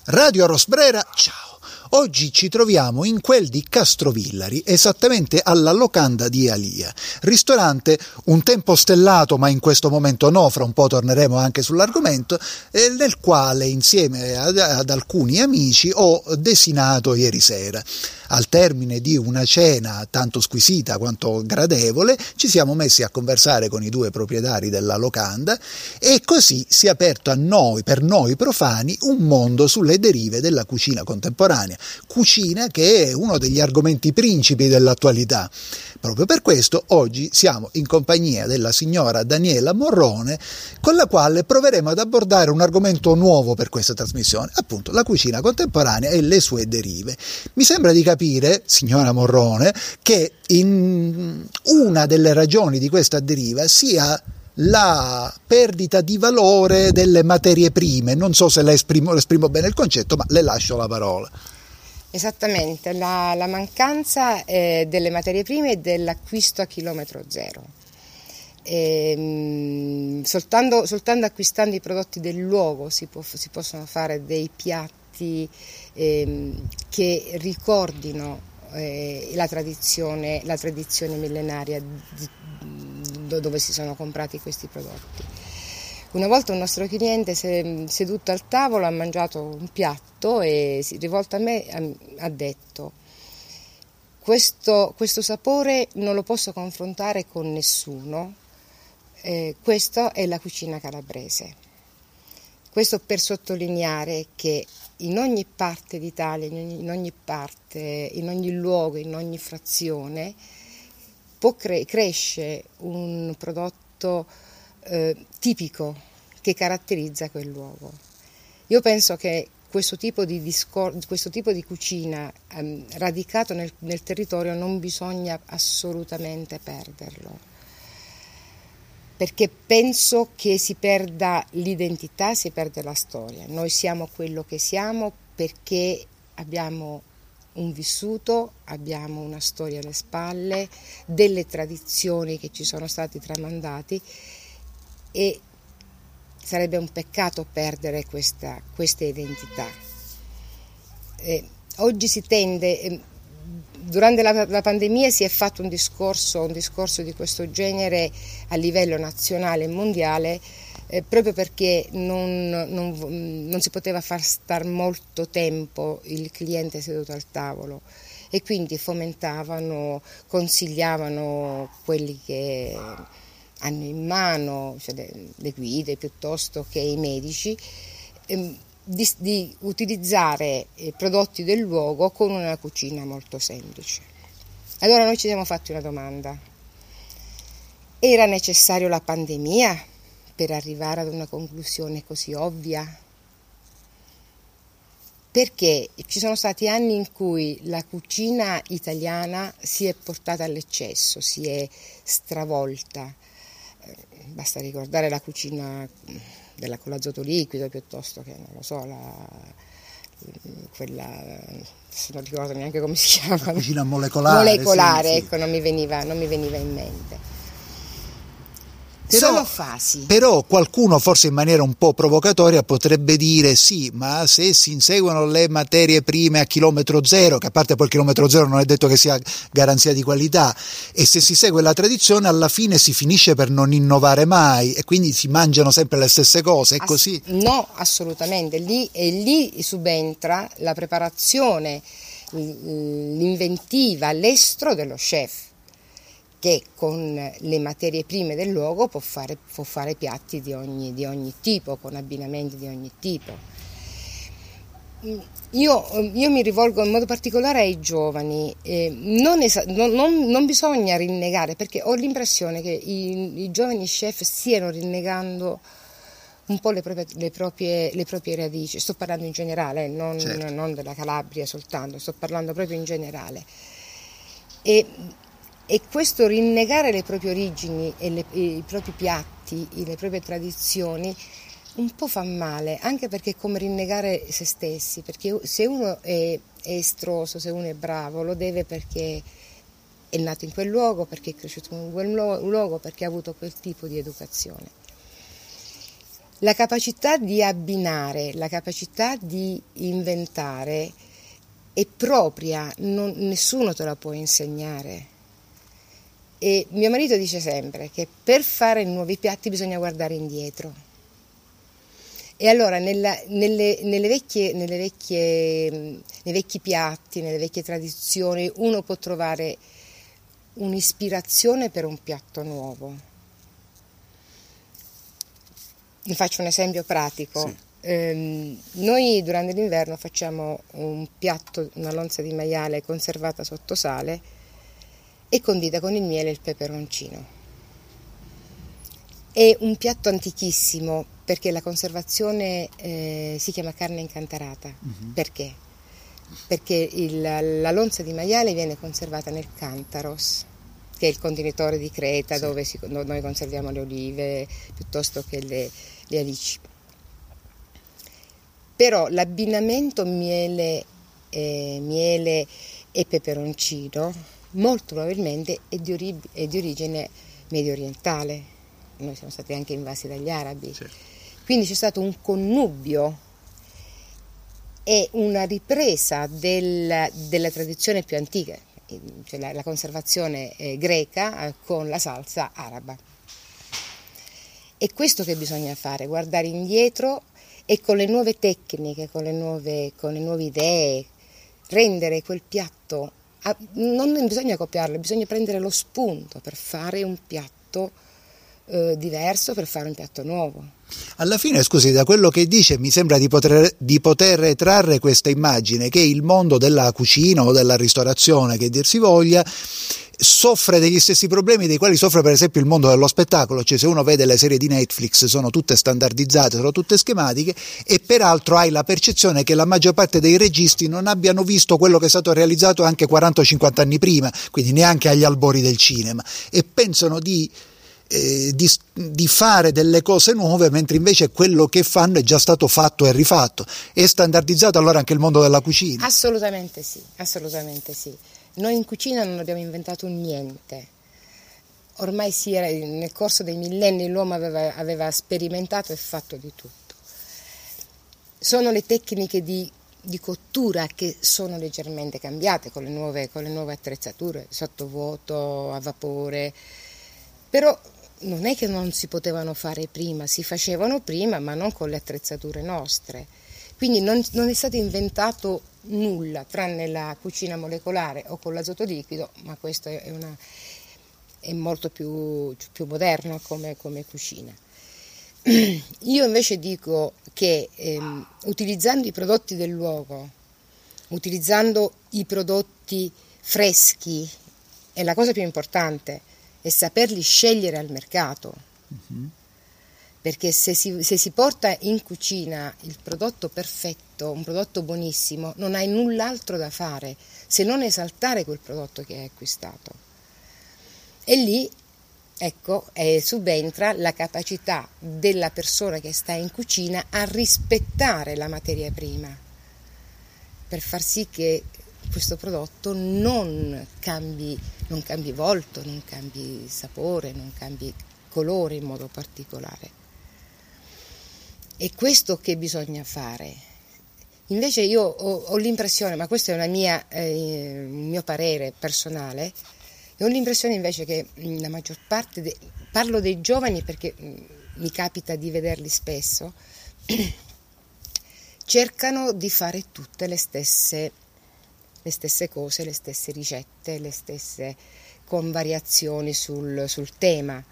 Radio Rosbrera, ciao! Oggi ci troviamo in quel di Castrovillari, esattamente alla locanda di Alia, ristorante un tempo stellato, ma in questo momento no, fra un po' torneremo anche sull'argomento, nel quale insieme ad alcuni amici ho desinato ieri sera. Al termine di una cena tanto squisita quanto gradevole, ci siamo messi a conversare con i due proprietari della locanda e così si è aperto a noi, per noi profani, un mondo sulle derive della cucina contemporanea, cucina che è uno degli argomenti principi dell'attualità. Proprio per questo oggi siamo in compagnia della signora Daniela Morrone, con la quale proveremo ad abbordare un argomento nuovo per questa trasmissione, appunto la cucina contemporanea e le sue derive. Mi sembra di capire, signora Morrone, che una delle ragioni di questa deriva sia la perdita di valore delle materie prime. Non so se esprimo bene il concetto, ma le lascio la parola. Esattamente, la mancanza delle materie prime e dell'acquisto a chilometro zero. Soltanto acquistando i prodotti del luogo si possono fare dei piatti che ricordino la tradizione millenaria dove si sono comprati questi prodotti. Una volta un nostro cliente seduto al tavolo ha mangiato un piatto e rivolto a me ha detto: questo sapore non lo posso confrontare con nessuno, questa è la cucina calabrese. Questo per sottolineare che in ogni parte d'Italia, in ogni parte, in ogni luogo, in ogni frazione cresce un prodotto tipico che caratterizza quel luogo. Io penso che questo tipo di cucina radicato nel territorio non bisogna assolutamente perderlo, perché penso che si perda l'identità, si perde la storia. Noi siamo quello che siamo perché abbiamo un vissuto, abbiamo una storia alle spalle, delle tradizioni che ci sono stati tramandati, e sarebbe un peccato perdere questa identità. Oggi si tende, durante la pandemia si è fatto un discorso di questo genere a livello nazionale e mondiale, proprio perché non si poteva far star molto tempo il cliente seduto al tavolo, e quindi fomentavano, consigliavano quelli che hanno in mano, cioè le guide piuttosto che i medici, di utilizzare prodotti del luogo con una cucina molto semplice. Allora noi ci siamo fatti una domanda: era necessario la pandemia per arrivare ad una conclusione così ovvia? Perché ci sono stati anni in cui la cucina italiana si è portata all'eccesso, si è stravolta. Basta ricordare la cucina con l'azoto liquido, piuttosto che, non lo so, quella, se non ricordo neanche come si chiama, la cucina molecolare, sì. Ecco, non mi veniva in mente. Però, sono fasi. Però qualcuno, forse in maniera un po' provocatoria, potrebbe dire: sì, ma se si inseguono le materie prime a chilometro zero, che a parte poi il chilometro zero non è detto che sia garanzia di qualità, e se si segue la tradizione, alla fine si finisce per non innovare mai e quindi si mangiano sempre le stesse cose, è così? No, assolutamente. Lì subentra la preparazione, l'inventiva, l'estro dello chef, che con le materie prime del luogo può fare piatti di ogni tipo, con abbinamenti di ogni tipo. Io mi rivolgo in modo particolare ai giovani, non bisogna rinnegare, perché ho l'impressione che i giovani chef stiano rinnegando un po' le proprie radici. Sto parlando in generale, Certo. non della Calabria soltanto, sto parlando proprio in generale. E questo rinnegare le proprie origini e i propri piatti, le proprie tradizioni, un po' fa male, anche perché è come rinnegare se stessi, perché se uno è estroso, se uno è bravo, lo deve perché è nato in quel luogo, perché è cresciuto in quel luogo, perché ha avuto quel tipo di educazione. La capacità di abbinare, la capacità di inventare è propria, nessuno te la può insegnare. E mio marito dice sempre che per fare nuovi piatti bisogna guardare indietro. E allora nei vecchi piatti, nelle vecchie tradizioni, uno può trovare un'ispirazione per un piatto nuovo. Vi faccio un esempio pratico. Sì. Noi durante l'inverno facciamo un piatto, una lonza di maiale conservata sotto sale e condita con il miele e il peperoncino. È un piatto antichissimo perché la conservazione si chiama carne incantarata. Uh-huh. Perché? Perché la lonza di maiale viene conservata nel Cántaros, che è il contenitore di Creta, sì, dove noi conserviamo le olive piuttosto che le alici. Però l'abbinamento miele e peperoncino molto probabilmente è di origine medio orientale. Noi siamo stati anche invasi dagli arabi. Sì. Quindi c'è stato un connubio e una ripresa della tradizione più antica, cioè la conservazione greca con la salsa araba. È questo che bisogna fare, guardare indietro e con le nuove tecniche, con le nuove idee, rendere quel piatto, non bisogna copiarlo, bisogna prendere lo spunto per fare un piatto diverso, per fare un piatto nuovo. Alla fine, scusi, da quello che dice mi sembra di poter trarre questa immagine che il mondo della cucina o della ristorazione, che dir si voglia, soffre degli stessi problemi dei quali soffre per esempio il mondo dello spettacolo. Cioè, se uno vede le serie di Netflix sono tutte standardizzate, sono tutte schematiche, e peraltro hai la percezione che la maggior parte dei registi non abbiano visto quello che è stato realizzato anche 40 o 50 anni prima, quindi neanche agli albori del cinema, e pensano di fare delle cose nuove, mentre invece quello che fanno è già stato fatto e rifatto. È standardizzato allora anche il mondo della cucina? Assolutamente sì, assolutamente sì. Noi in cucina non abbiamo inventato niente. Ormai nel corso dei millenni l'uomo aveva sperimentato e fatto di tutto. Sono le tecniche di cottura che sono leggermente cambiate con le nuove attrezzature, sottovuoto, a vapore, però non è che non si potevano fare prima, si facevano prima, ma non con le attrezzature nostre. Quindi non è stato inventato nulla, tranne la cucina molecolare o con l'azoto liquido, ma questo è molto più moderno come cucina. Io invece dico che utilizzando i prodotti del luogo, utilizzando i prodotti freschi, è la cosa più importante, è saperli scegliere al mercato. Uh-huh. Perché se si porta in cucina il prodotto perfetto, un prodotto buonissimo, non hai null'altro da fare se non esaltare quel prodotto che hai acquistato. E lì, ecco, subentra la capacità della persona che sta in cucina a rispettare la materia prima, per far sì che questo prodotto non cambi volto, non cambi sapore, non cambi colore in modo particolare. È questo che bisogna fare. Invece io ho l'impressione, ma questo è un mio parere personale, ho l'impressione invece che la maggior parte, parlo dei giovani perché mi capita di vederli spesso, cercano di fare tutte le stesse cose, le stesse ricette, le stesse con variazioni sul tema.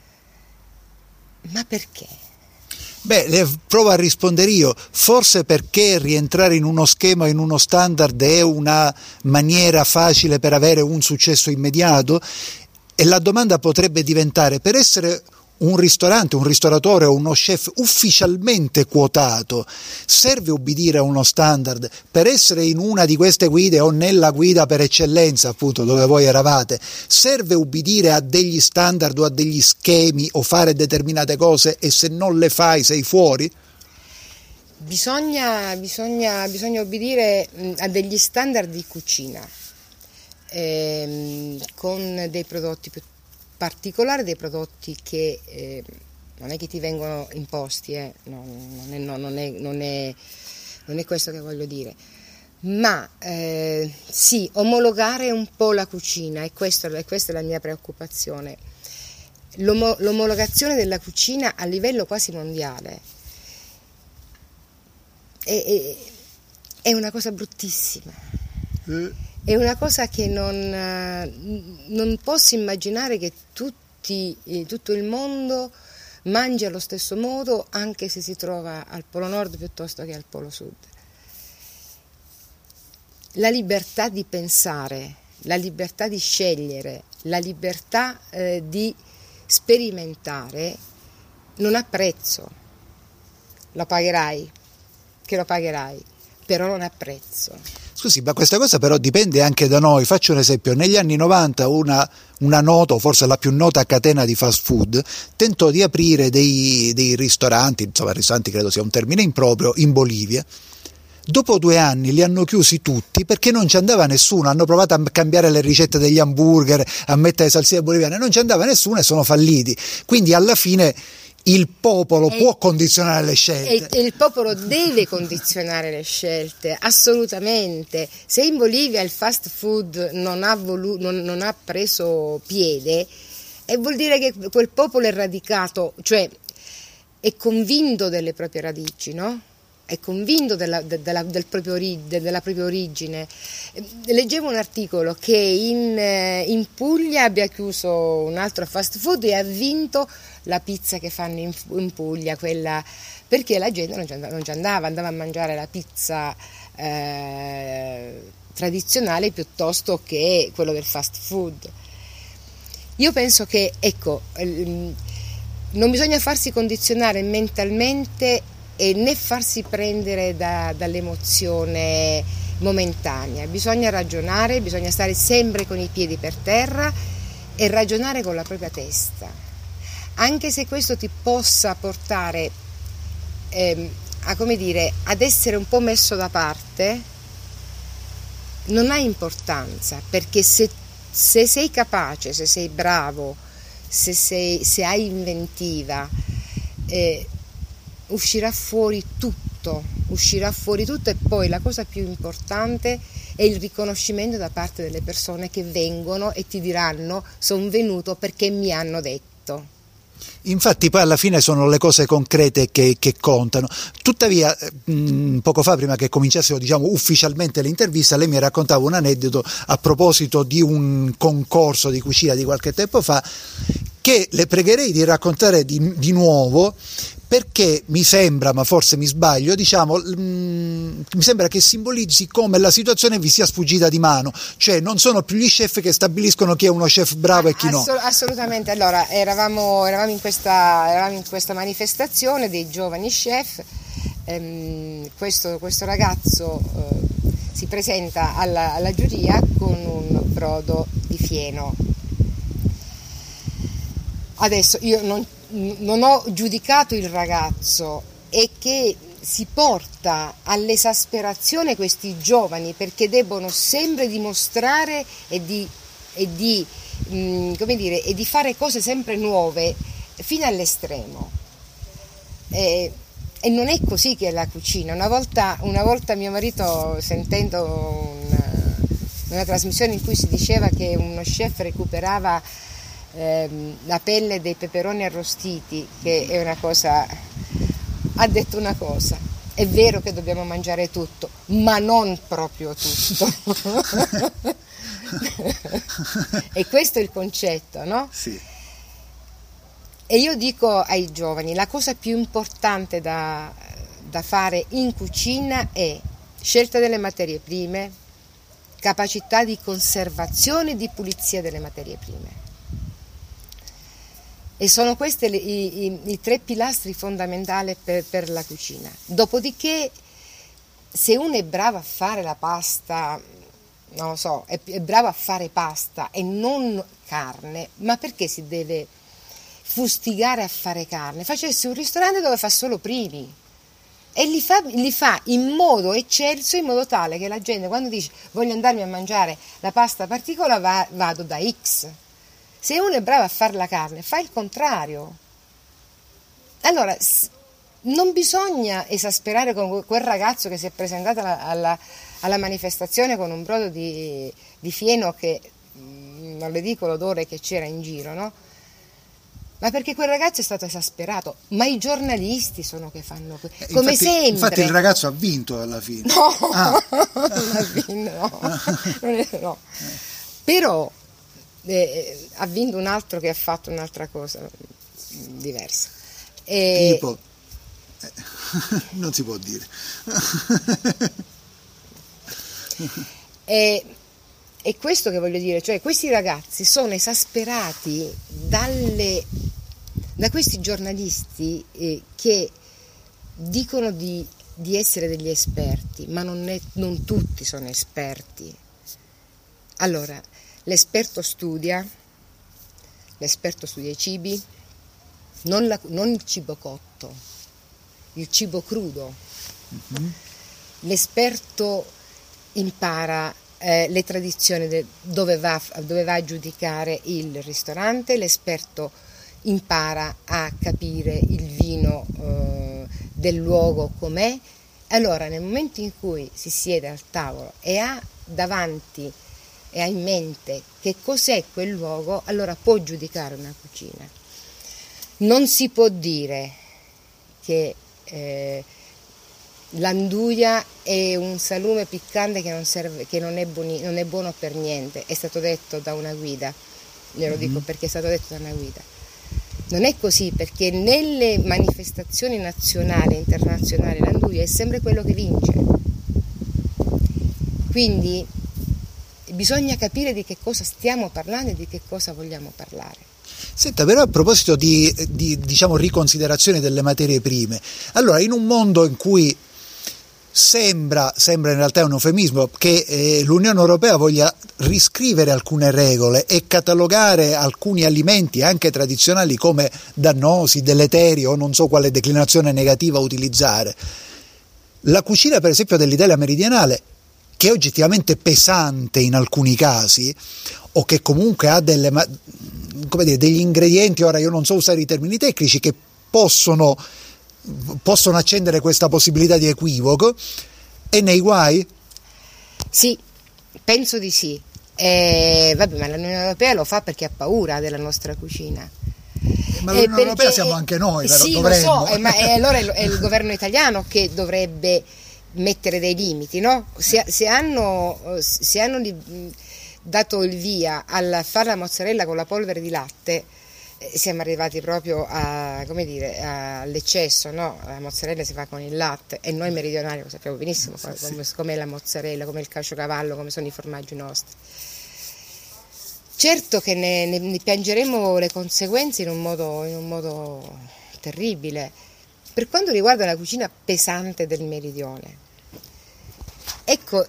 Ma perché? Beh, provo a rispondere io. Forse perché rientrare in uno schema, in uno standard è una maniera facile per avere un successo immediato, e la domanda potrebbe diventare: per essere un ristorante, un ristoratore o uno chef ufficialmente quotato, serve ubbidire a uno standard? Per essere in una di queste guide o nella guida per eccellenza, appunto, dove voi eravate, serve ubbidire a degli standard o a degli schemi o fare determinate cose, e se non le fai sei fuori? Bisogna ubbidire a degli standard di cucina, con dei prodotti più particolari, dei prodotti che non è che ti vengono imposti, no, non è questo che voglio dire, ma sì, omologare un po' la cucina, e questa è la mia preoccupazione. L'omologazione della cucina a livello quasi mondiale è una cosa bruttissima, è una cosa che non posso immaginare che tutto il mondo mangi allo stesso modo, anche se si trova al Polo Nord piuttosto che al Polo Sud. La libertà di pensare, la libertà di scegliere, la libertà di sperimentare non ha prezzo. Lo pagherai, però non ha prezzo. Scusi, ma questa cosa però dipende anche da noi. Faccio un esempio: negli anni 90 una nota, o forse la più nota catena di fast food, tentò di aprire dei ristoranti, insomma ristoranti credo sia un termine improprio, in Bolivia. Dopo 2 anni li hanno chiusi tutti perché non ci andava nessuno. Hanno provato a cambiare le ricette degli hamburger, a mettere salsine boliviane, non ci andava nessuno e sono falliti. Quindi alla fine il popolo può condizionare le scelte. E il popolo deve condizionare le scelte, assolutamente. Se in Bolivia il fast food non ha preso piede, vuol dire che quel popolo è radicato, cioè è convinto delle proprie radici, no? È convinto della propria origine. Leggevo un articolo che in Puglia abbia chiuso un altro fast food e ha vinto la pizza che fanno in Puglia, quella, perché la gente non ci andava a mangiare la pizza tradizionale piuttosto che quello del fast food. Io penso che, ecco, non bisogna farsi condizionare mentalmente e né farsi prendere dall'emozione momentanea. Bisogna ragionare, bisogna stare sempre con i piedi per terra e ragionare con la propria testa, anche se questo ti possa portare ad essere un po' messo da parte, non ha importanza, perché se sei capace, se sei bravo, se hai inventiva, uscirà fuori tutto, e poi la cosa più importante è il riconoscimento da parte delle persone che vengono e ti diranno: sono venuto perché mi hanno detto. Infatti poi alla fine sono le cose concrete che contano. Tuttavia, poco fa, prima che cominciassero ufficialmente l'intervista, lei mi raccontava un aneddoto a proposito di un concorso di cucina di qualche tempo fa, che le pregherei di raccontare di nuovo, perché mi sembra, ma forse mi sbaglio, mi sembra che simbolizzi come la situazione vi sia sfuggita di mano, cioè non sono più gli chef che stabiliscono chi è uno chef bravo e chi no. Assolutamente. Allora, eravamo in questa manifestazione dei giovani chef. Questo ragazzo si presenta alla giuria con un brodo di fieno. Adesso io non ho giudicato il ragazzo, e che si porta all'esasperazione questi giovani perché debbono sempre dimostrare e di fare cose sempre nuove fino all'estremo. E non è così che è la cucina. Una volta mio marito, sentendo una trasmissione in cui si diceva che uno chef recuperava la pelle dei peperoni arrostiti, che è una cosa, ha detto una cosa: è vero che dobbiamo mangiare tutto, ma non proprio tutto. E questo è il concetto, no? Sì. E io dico ai giovani: la cosa più importante da fare in cucina è scelta delle materie prime, capacità di conservazione e di pulizia delle materie prime. E sono questi i 3 pilastri fondamentali per la cucina. Dopodiché, se uno è bravo a fare la pasta, non lo so, è bravo a fare pasta e non carne, ma perché si deve fustigare a fare carne? Facesse un ristorante dove fa solo primi e li fa in modo eccelso, in modo tale che la gente, quando dice voglio andarmi a mangiare la pasta particolare, vado da X. Se uno è bravo a fare la carne, fa il contrario. Allora, non bisogna esasperare con quel ragazzo che si è presentato alla manifestazione con un brodo di fieno che, non le dico l'odore che c'era in giro, no? Ma perché quel ragazzo è stato esasperato, ma i giornalisti sono che fanno come infatti, sempre. Infatti il ragazzo ha vinto alla fine. No, non ha vinto, no. Però ha vinto un altro che ha fatto un'altra cosa diversa. Tipo, non si può dire. È questo che voglio dire, cioè questi ragazzi sono esasperati da questi giornalisti che dicono di essere degli esperti, ma non tutti sono esperti. Allora, l'esperto studia i cibi, non il cibo cotto, il cibo crudo. Mm-hmm. L'esperto impara le tradizioni dove va a giudicare il ristorante, l'esperto impara a capire il vino del luogo com'è. Allora, nel momento in cui si siede al tavolo e ha davanti e ha in mente che cos'è quel luogo, allora può giudicare una cucina. Non si può dire che l'anduia è un salume piccante che non è buono per niente. È stato detto da una guida, glielo dico perché è stato detto da una guida. Non è così, perché nelle manifestazioni nazionali e internazionali l'anduia è sempre quello che vince. Quindi bisogna capire di che cosa stiamo parlando e di che cosa vogliamo parlare. Senta, però a proposito di diciamo riconsiderazione delle materie prime, allora in un mondo in cui sembra in realtà è un eufemismo che l'Unione Europea voglia riscrivere alcune regole e catalogare alcuni alimenti anche tradizionali come dannosi, deleteri o non so quale declinazione negativa utilizzare, la cucina per esempio dell'Italia meridionale, che è oggettivamente pesante in alcuni casi o che comunque ha degli ingredienti, ora io non so usare i termini tecnici, che possono accendere questa possibilità di equivoco, e nei guai? Sì, penso di sì. Vabbè, ma l'Unione Europea lo fa perché ha paura della nostra cucina. Ma l'Unione Europea siamo anche noi, però sì, dovremmo. Lo so, ma allora è il governo italiano che dovrebbe mettere dei limiti, no? Se hanno dato il via a fare la mozzarella con la polvere di latte, siamo arrivati proprio all'eccesso, no? La mozzarella si fa con il latte e noi meridionali lo sappiamo benissimo com'è la mozzarella, come il caciocavallo, come sono i formaggi nostri. Certo che ne piangeremo le conseguenze in un modo terribile. Per quanto riguarda la cucina pesante del meridione, ecco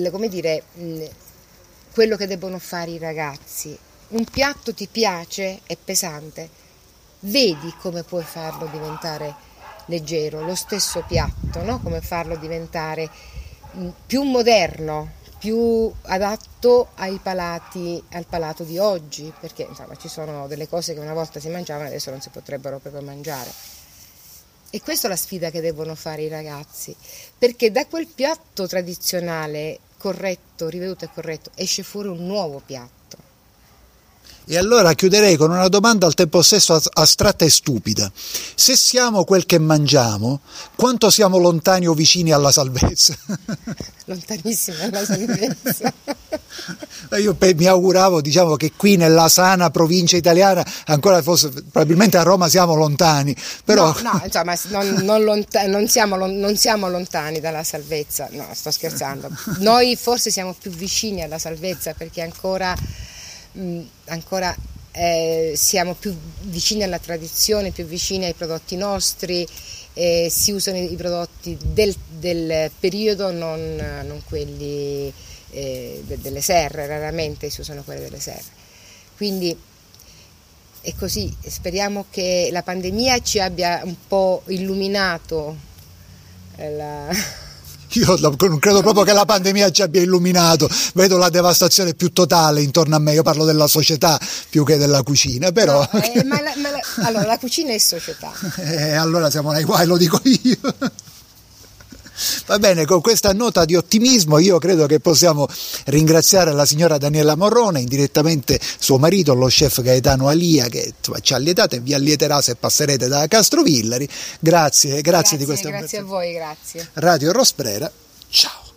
quello che debbono fare i ragazzi. Un piatto ti piace, è pesante, vedi come puoi farlo diventare leggero, lo stesso piatto, no? Come farlo diventare più moderno, più adatto al palato di oggi, perché insomma ci sono delle cose che una volta si mangiavano e adesso non si potrebbero proprio mangiare. E questa è la sfida che devono fare i ragazzi, perché da quel piatto tradizionale corretto, riveduto e corretto, esce fuori un nuovo piatto. E allora chiuderei con una domanda al tempo stesso astratta e stupida. Se siamo quel che mangiamo, quanto siamo lontani o vicini alla salvezza? Lontanissimi alla salvezza. Io mi auguravo, diciamo, che qui nella sana provincia italiana ancora fosse, probabilmente a Roma siamo lontani, però... No, insomma, non siamo lontani dalla salvezza, no, sto scherzando. Noi forse siamo più vicini alla salvezza perché ancora siamo più vicini alla tradizione, più vicini ai prodotti nostri, si usano i prodotti del periodo, non quelli delle serre, raramente si usano quelli delle serre. Quindi è così, speriamo che la pandemia ci abbia un po' illuminato Io non credo proprio che la pandemia ci abbia illuminato, vedo la devastazione più totale intorno a me, io parlo della società più che della cucina, però... No, allora, la cucina è società. Allora siamo nei guai, lo dico io. Va bene, con questa nota di ottimismo io credo che possiamo ringraziare la signora Daniela Morrone, indirettamente suo marito, lo chef Gaetano Alia, che ci ha allietato e vi allieterà se passerete da Castrovillari. Grazie di questa Grazie a voi, grazie. Radio Rosprera, ciao.